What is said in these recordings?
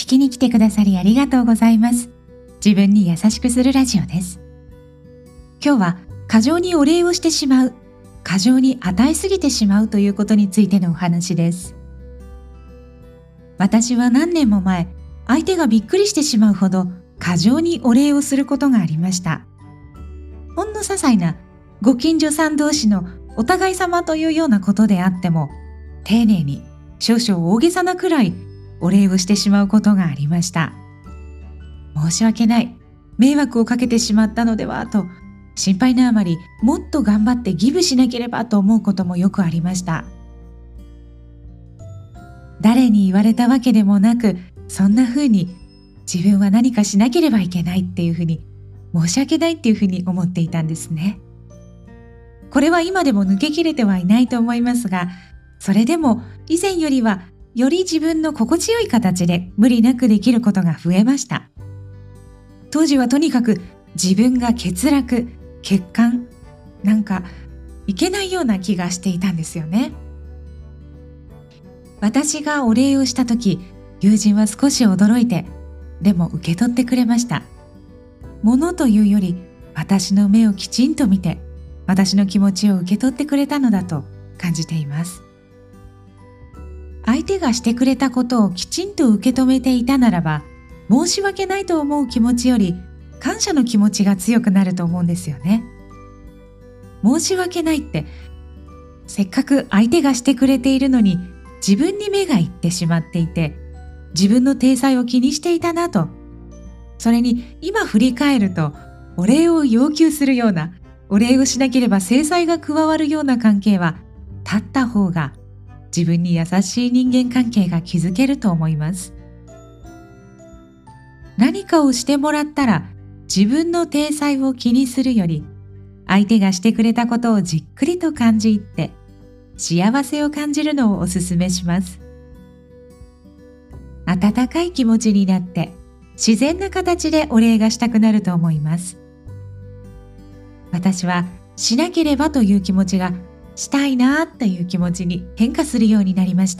きに来てくださりありがとうございます。自分に優しくするラジオです。今日は過剰にお礼をしてしまう、過剰に与えすぎてしまうということについてのお話です。私は何年も前、相手がびっくりしてしまうほど過剰にお礼をすることがありました。ほんの些細なご近所さん同士のお互い様というようなことであっても、丁寧に少々大げさなくらいお礼をしてしまうことがありました。申し訳ない、迷惑をかけてしまったのではと心配なあまり、もっと頑張ってギブしなければと思うこともよくありました。誰に言われたわけでもなく、そんな風に自分は何かしなければいけないっていう風に、申し訳ないっていう風に思っていたんですね。これは今でも抜けきれてはいないと思いますが、それでも以前よりはより自分の心地よい形で無理なくできることが増えました。当時はとにかく自分が欠落、欠陥、なんかいけないような気がしていたんですよね。私がお礼をしたとき、友人は少し驚いて、でも受け取ってくれました。物というより、私の目をきちんと見て、私の気持ちを受け取ってくれたのだと感じています。相手がしてくれたことをきちんと受け止めていたならば、申し訳ないと思う気持ちより、感謝の気持ちが強くなると思うんですよね。申し訳ないって、せっかく相手がしてくれているのに、自分に目がいってしまっていて、自分の体裁を気にしていたなと。それに今振り返ると、お礼を要求するような、お礼をしなければ制裁が加わるような関係は、断った方が自分に優しい人間関係が築けると思います。何かをしてもらったら、自分の体裁を気にするより、相手がしてくれたことをじっくりと感じ入って、幸せを感じるのをお勧めします。温かい気持ちになって、自然な形でお礼がしたくなると思います。私はしなければという気持ちがしたいなという気持ちに変化するようになりました。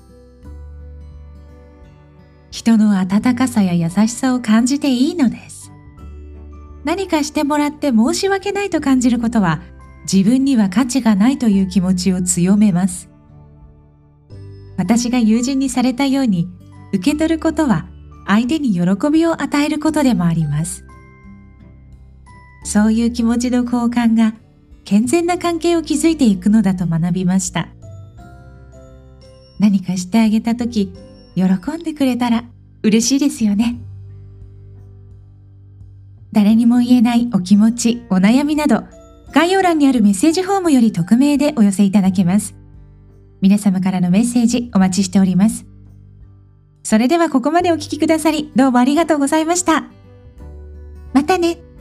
人の温かさや優しさを感じていいのです。何かしてもらって申し訳ないと感じることは、自分には価値がないという気持ちを強めます。私が友人にされたように、受け取ることは相手に喜びを与えることでもあります。そういう気持ちの交換が健全な関係を築いていくのだと学びました。何かしてあげたとき、喜んでくれたら嬉しいですよね。誰にも言えないお気持ち、お悩みなど、概要欄にあるメッセージフォームより匿名でお寄せいただけます。皆様からのメッセージお待ちしております。それではここまでお聞きくださり、どうもありがとうございました。またね。